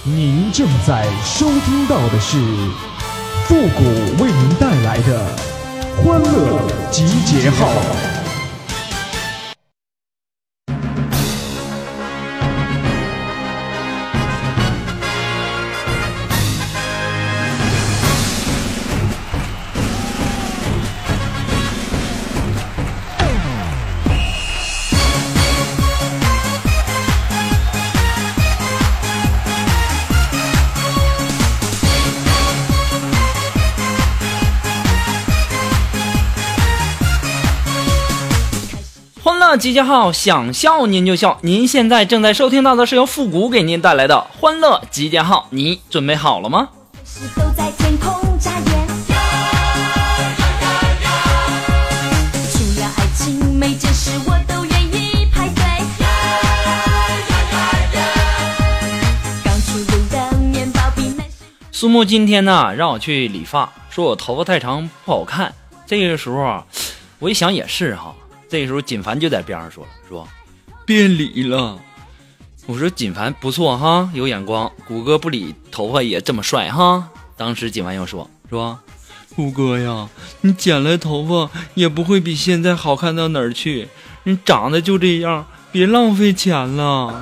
您正在收听到的是复古为您带来的欢乐集结号。 欢乐集结号，想笑您就笑。您现在正在收听到的是由复古给您带来的欢乐集结号，你准备好了吗？ 都在天空眨眼，除了爱情每件事我都愿意排队，刚出炉的面包比难吃。 苏木今天呢让我去理发，说我头发太长不好看。这个时候啊，我一想也是哈。这个时候锦凡就在边上说别理了。我说锦凡不错哈，有眼光，谷歌不理头发也这么帅哈。当时锦凡又说谷歌呀，你剪了头发也不会比现在好看到哪儿去，你长得就这样，别浪费钱了。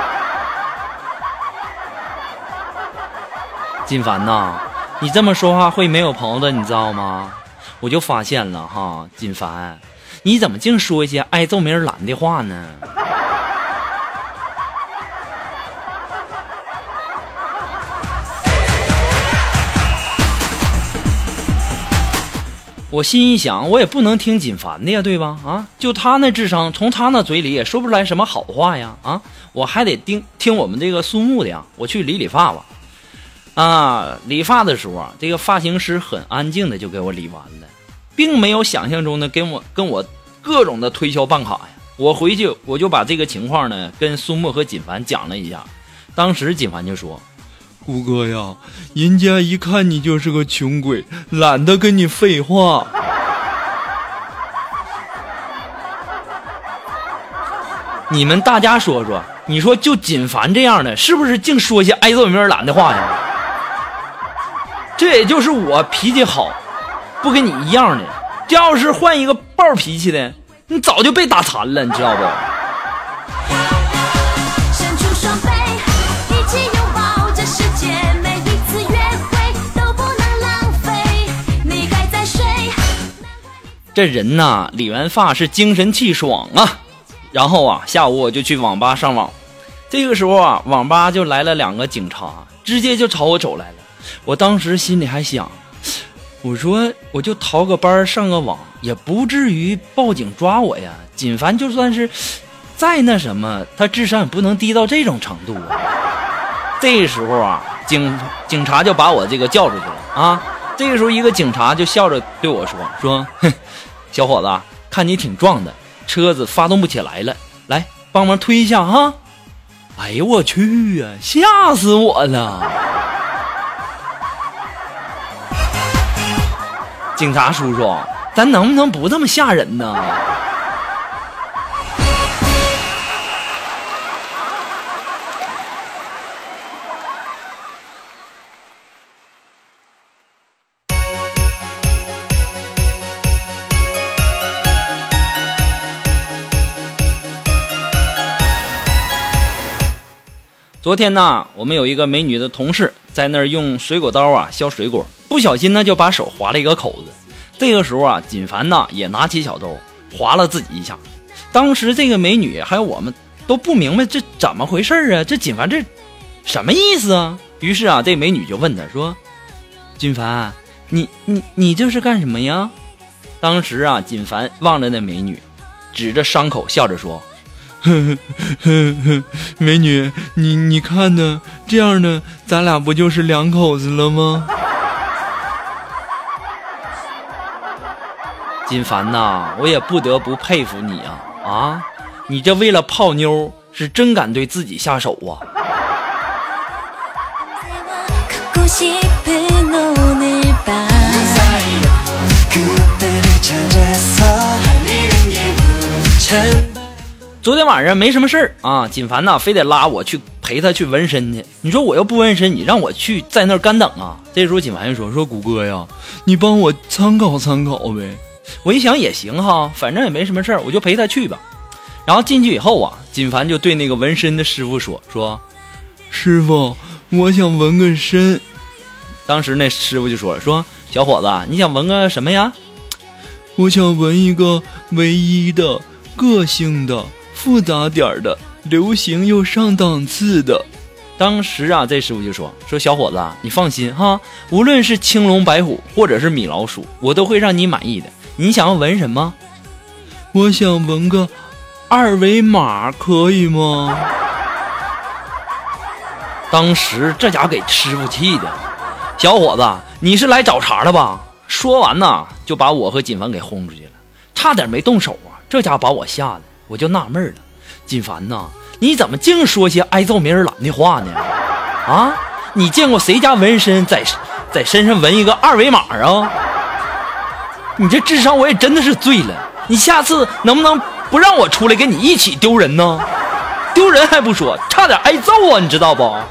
锦凡呐，你这么说话会没有朋友的，你知道吗？我就发现了哈，锦凡你怎么净说一些挨揍没人拦的话呢？我心一想，我也不能听锦凡的呀，对吧？啊，就他那智商，从他那嘴里也说不出来什么好话呀！啊，我还得听我们这个苏木的呀。我去理发吧。啊，理发的时候啊，这个发型师很安静的就给我理完了，并没有想象中的跟我各种的推销办卡呀。我回去我就把这个情况呢跟苏木和锦凡讲了一下。当时锦凡就说：“谷哥呀，人家一看你就是个穷鬼，懒得跟你废话。”你们大家说说，你说就锦凡这样的，是不是净说些挨揍没人拦的话呀？这也就是我脾气好，不跟你一样的。这要是换一个暴脾气的，你早就被打残了，你知道不？ 伸出双臂，一起拥抱这世界，每一次约会都不能浪费。你还在睡？ 这人呐，理完发是精神气爽啊。然后啊，下午我就去网吧上网。这个时候啊，网吧就来了2个警察，直接就朝我走来了。我当时心里还想，我说我就逃个班上个网，也不至于报警抓我呀。锦凡就算是再那什么，他智商也不能低到这种程度啊。这时候啊，警察就把我这个叫出去了啊。这个时候一个警察就笑着对我说哼，小伙子，看你挺壮的，车子发动不起来了，来帮忙推一下哈。哎呦我去呀，吓死我了。警察叔叔，咱能不能不这么吓人呢？昨天呢，我们有一个美女的同事在那儿用水果刀啊削水果，不小心呢就把手划了一个口子。这个时候啊，锦凡呢也拿起小刀划了自己一下。当时这个美女还有我们都不明白这怎么回事啊，这锦凡这什么意思啊？于是啊，这美女就问他说：“锦凡，你这是干什么呀？”当时啊，锦凡望着那美女，指着伤口笑着说：“美女，你看呢？这样呢，咱俩不就是2口子了吗？”锦凡呐，我也不得不佩服你啊！你这为了泡妞是真敢对自己下手啊！昨天晚上没什么事儿啊，锦凡呢非得拉我去陪陪他去纹身去。你说我要不纹身，你让我去在那儿干等啊？这时候锦凡就说谷哥呀，你帮我参考参考呗。我一想也行哈，反正也没什么事儿，我就陪他去吧。然后进去以后啊，锦凡就对那个纹身的师傅说师傅，我想纹个身。当时那师傅就说小伙子，你想纹个什么呀？我想纹一个唯一的、个性的、复杂点的、流行又上档次的。当时啊，这师傅就说小伙子，你放心哈，无论是青龙白虎或者是米老鼠，我都会让你满意的。你想要纹什么？我想纹个2维码，可以吗？当时这家给师傅气的，小伙子，你是来找茬的吧？说完呢，就把我和锦凡给轰出去了，差点没动手啊！这家把我吓得，我就纳闷了，锦凡呐，你怎么净说些挨揍没人拦的话呢？啊，你见过谁家纹身在身上纹一个2维码啊？你这智商我也真的是醉了，你下次能不能不让我出来跟你一起丢人呢？丢人还不说，差点挨揍啊，你知道不？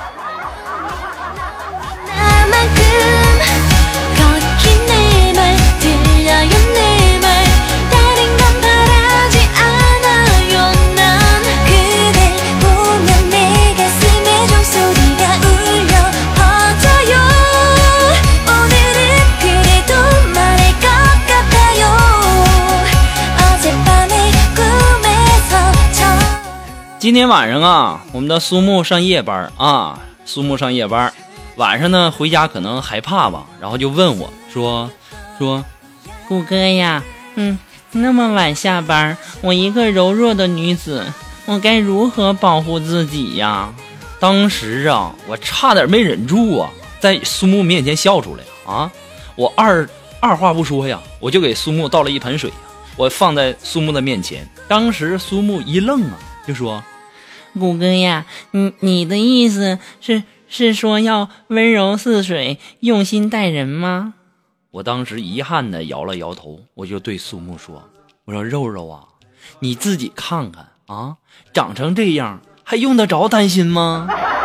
今天晚上啊，我们的苏木上夜班啊，晚上呢回家可能害怕吧，然后就问我说谷哥呀，那么晚下班，我一个柔弱的女子，我该如何保护自己呀？当时啊，我差点没忍住啊，在苏木面前笑出来啊！我二话不说呀，我就给苏木倒了一盆水，我放在苏木的面前。当时苏木一愣啊，就说：“谷哥呀，你的意思是说要温柔似水，用心待人吗？”我当时遗憾的摇了摇头，我就对苏木说：“我说肉肉啊，你自己看看啊，长成这样还用得着担心吗？”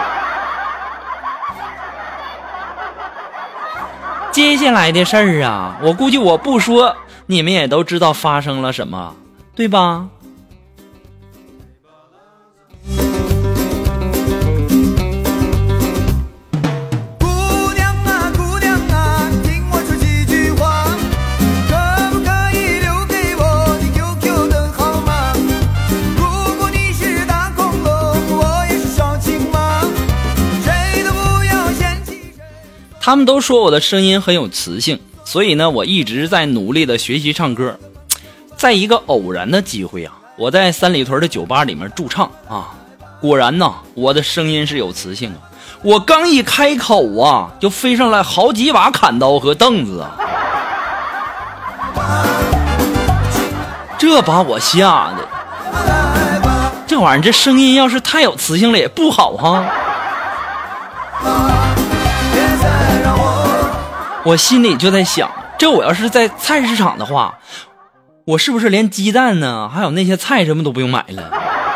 接下来的事儿啊，我估计我不说，你们也都知道发生了什么，对吧？他们都说我的声音很有磁性，所以呢，我一直在努力的学习唱歌。在一个偶然的机会啊，我在三里屯的酒吧里面驻唱啊，果然呢，我的声音是有磁性啊。我刚一开口啊，就飞上来好几把砍刀和凳子啊，这把我吓的。这玩意儿，这声音要是太有磁性了也不好哈。我心里就在想，这我要是在菜市场的话，我是不是连鸡蛋呢，还有那些菜什么都不用买了？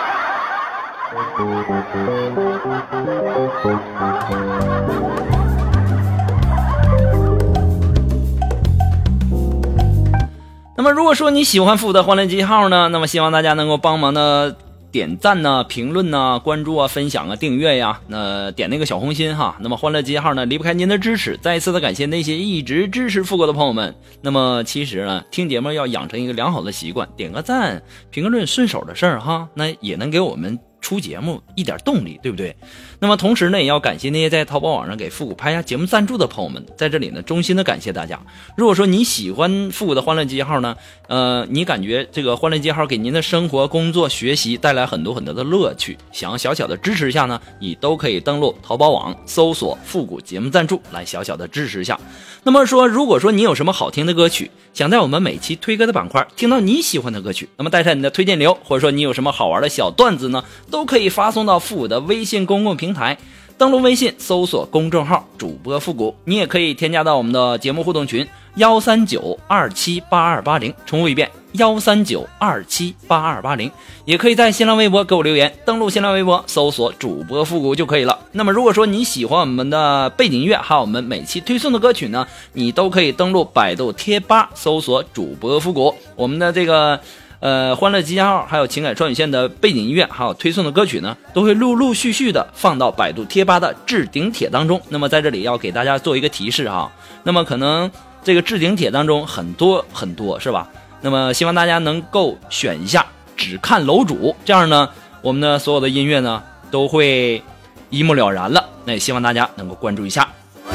那么如果说你喜欢复古的欢乐记号呢，那么希望大家能够帮忙的点赞呢、评论呢、关注啊、分享啊、订阅呀，点那个小红心哈。那么欢乐记号呢离不开您的支持，再一次的感谢那些一直支持复古的朋友们。那么其实呢，听节目要养成一个良好的习惯，点个赞、评个论，顺手的事儿哈，那也能给我们出节目一点动力，对不对？那么同时呢，也要感谢那些在淘宝网上给复古拍下节目赞助的朋友们，在这里呢衷心的感谢大家。如果说你喜欢复古的欢乐记号呢，你感觉这个欢乐记号给您的生活、工作、学习带来很多很多的乐趣，想要小小的支持一下呢，你都可以登录淘宝网搜索复古节目赞助来小小的支持一下。那么说，如果说你有什么好听的歌曲，想在我们每期推歌的板块听到你喜欢的歌曲，那么带上你的推荐流，或者说你有什么好玩的小段子呢，都可以发送到复古的微信公共平台，登录微信搜索公众号主播复古，你也可以添加到我们的节目互动群 139278280，重复一遍139278280，也可以在新浪微博给我留言，登录新浪微博搜索主播复古就可以了。那么如果说你喜欢我们的背景音乐还有我们每期推送的歌曲呢，你都可以登录百度贴吧搜索主播复古，我们的这个欢乐集结号还有情感双语线的背景音乐还有推送的歌曲呢，都会陆陆续续的放到百度贴吧的置顶帖当中。那么在这里要给大家做一个提示哈，那么可能这个置顶帖当中很多是吧，那么希望大家能够选一下只看楼主，这样呢我们的所有的音乐呢都会一目了然了，那也希望大家能够关注一下。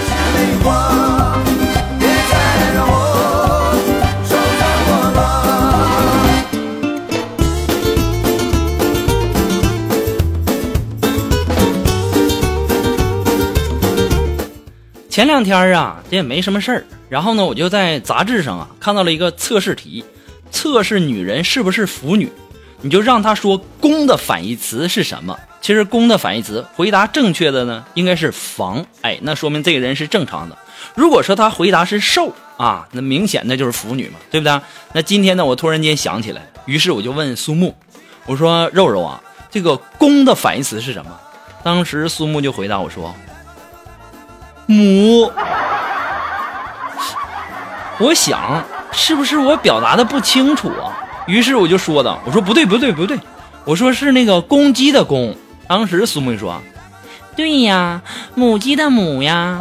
前两天啊，这也没什么事儿，然后呢，我就在杂志上啊看到了一个测试题，测试女人是不是腐女，你就让她说公的反义词是什么。其实公的反义词回答正确的呢，应该是防，哎，那说明这个人是正常的。如果说她回答是瘦啊，那明显那就是腐女嘛，对不对？那今天呢，我突然间想起来，于是我就问苏木，我说肉肉啊，这个公的反义词是什么？当时苏木就回答我说母。我想是不是我表达的不清楚啊？于是我就说的，我说不对，我说是那个公鸡的公。当时苏木说，对呀，母鸡的母呀。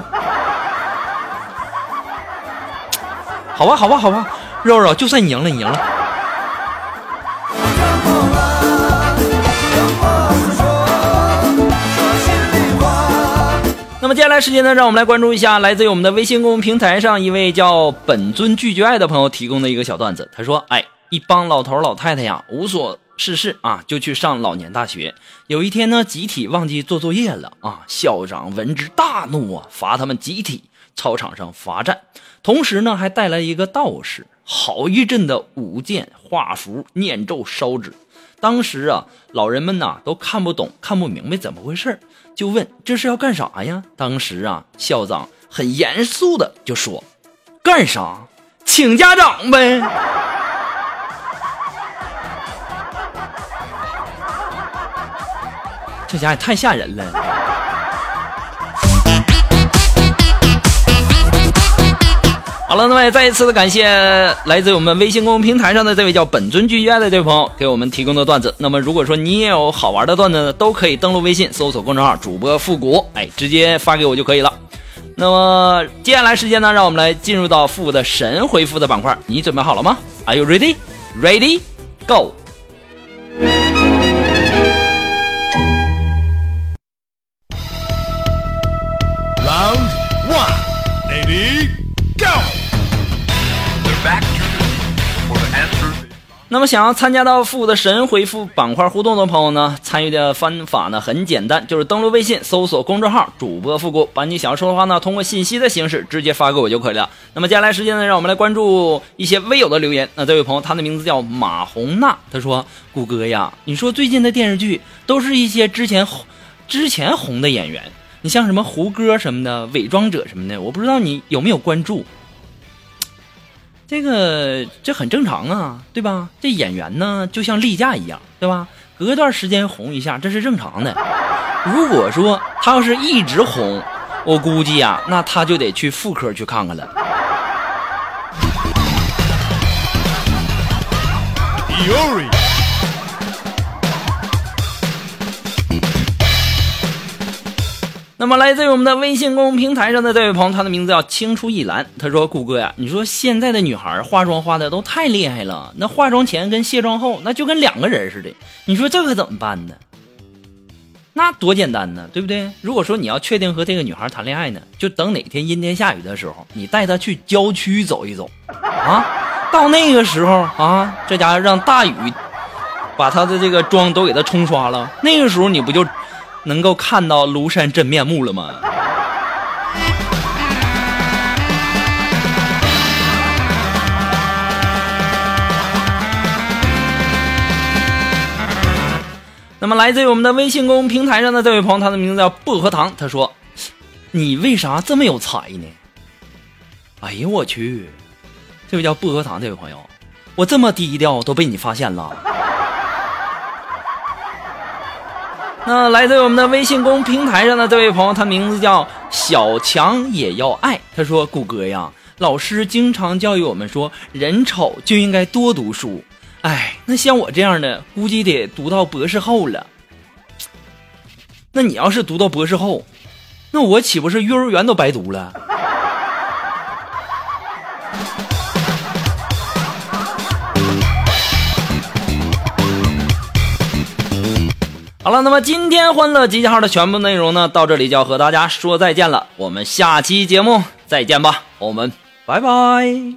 好吧，肉肉，就算你赢了。那么接下来时间呢，让我们来关注一下来自于我们的微信公众平台上一位叫本尊拒绝爱的朋友提供的一个小段子。他说，一帮老头老太太呀，无所事事啊，就去上老年大学。有一天呢，集体忘记做作业了啊，校长闻之大怒啊，罚他们集体操场上罚站。同时呢，还带来一个道士，好一阵的舞剑画符念咒烧纸。当时啊，老人们呐都看不懂看不明白怎么回事，就问这是要干啥呀？当时啊，校长很严肃的就说，干啥？请家长呗。这家也太吓人了。好了，那么也再一次的感谢来自我们微信公众平台上的这位叫本尊拒绝爱的这位朋友给我们提供的段子。那么如果说你也有好玩的段子呢，都可以登录微信搜索公众号主播复古，直接发给我就可以了。那么接下来时间呢，让我们来进入到复古的神回复的板块，你准备好了吗？ Are you ready? Ready? Go! Round 1 Ready? Go! 那么想要参加到复古的神回复板块互动的朋友呢，参与的方法呢很简单，就是登录微信搜索公众号主播复古，把你想要说的话呢通过信息的形式直接发给我就可以了。那么接下来时间呢，让我们来关注一些微友的留言。那这位朋友他的名字叫马红娜，他说，谷歌呀，你说最近的电视剧都是一些之前红的演员，你像什么胡歌什么的，伪装者什么的，我不知道你有没有关注。这很正常啊，对吧？这演员呢就像例假一样，对吧？隔段时间红一下，这是正常的。如果说他要是一直红，我估计啊，那他就得去妇科去看看了。那么来自于我们的微信公众平台上的这位朋友，他的名字叫青出一蓝。他说，谷歌呀，你说现在的女孩化妆化的都太厉害了，那化妆前跟卸妆后那就跟两个人似的，你说这可怎么办呢？那多简单呢，对不对？如果说你要确定和这个女孩谈恋爱呢，就等哪天阴天下雨的时候，你带她去郊区走一走啊，到那个时候啊，这家伙让大雨把她的这个妆都给她冲刷了，那个时候你不就能够看到庐山真面目了吗？那么来自于我们的微信公众平台上的这位朋友，他的名字叫薄荷糖，他说，你为啥这么有才呢？哎呦我去， 这位叫薄荷糖这位朋友，我这么低调都被你发现了。那来自我们的微信公平台上的这位朋友，他名字叫小强也要爱，他说谷歌呀，老师经常教育我们说人丑就应该多读书，哎，那像我这样的估计得读到博士后了。那你要是读到博士后，那我岂不是幼儿园都白读了？好了，那么今天欢乐集结号的全部内容呢，到这里就要和大家说再见了。我们下期节目再见吧，我们拜拜。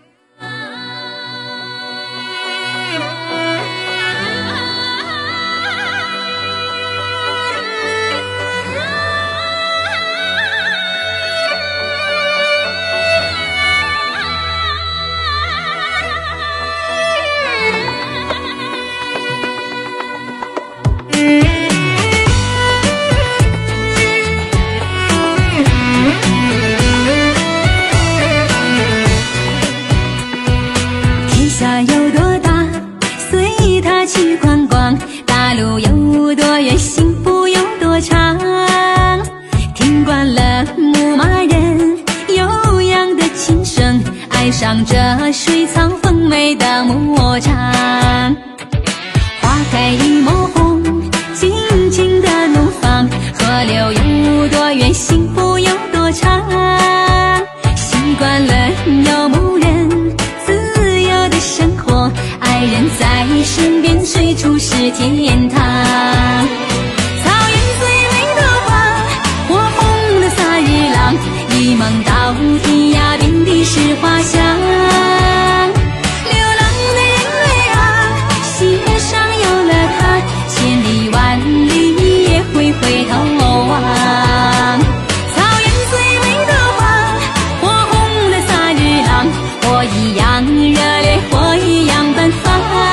上这水草丰美的牧场，花开一抹红，静静的怒放，河流有多远，幸福有多长。习惯了游牧人自由的生活，爱人在身边，随处是天堂。草原最美的花，火红的萨日朗，一梦到天涯，遍地是花香。回头望，草原最美的花，火红的萨日朗，火一样热烈，火一样奔放。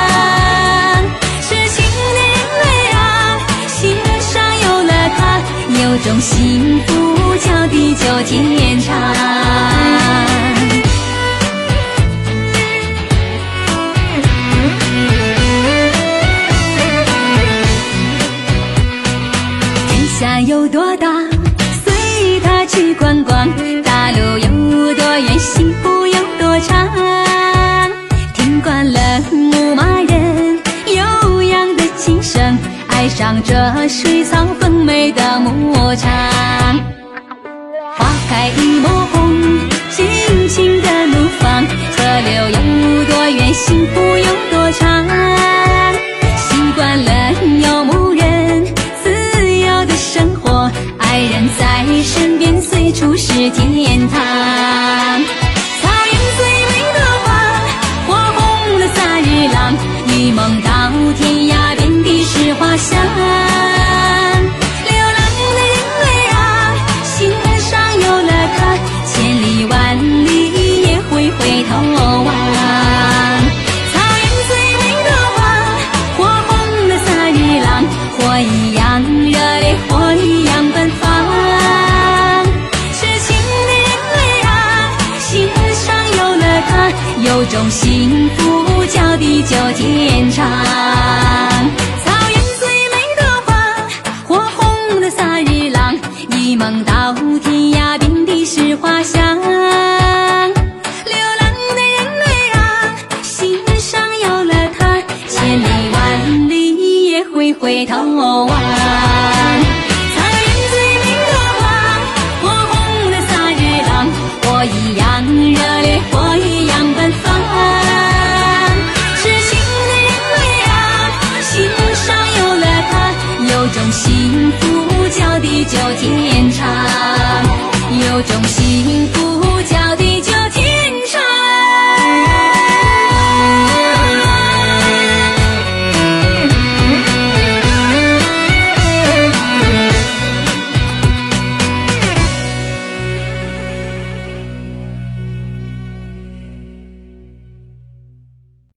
痴情的人类啊，心上有了他，有种幸福叫地久天长。下有多大，随他去观光，大路有多远，幸福有多长。听惯了牧马人悠扬的琴声，爱上这水草丰美的牧场。花开一抹红，尽情的怒放，河流有多远，幸福有多长。习惯了游牧人生活，爱人在身边，随处是天堂。草原最美的花，火红的萨日朗，一梦到天涯，遍地是花香。流浪的人类啊，心上有了他，千里万里也会回头望。草原最美的花，火红的萨日朗，火一样热烈，火一样奔放。痴情的人类啊，心上有了他，有种幸福叫地久天长。草原最美的花，火红的萨日朗，一梦到天涯，遍地是花香。流浪的人类啊，心上有了他，千里万里也会回头望。火一样热烈，火一样奔放。痴情的人类啊，心上有了他，有种幸福叫地久天长，有种幸福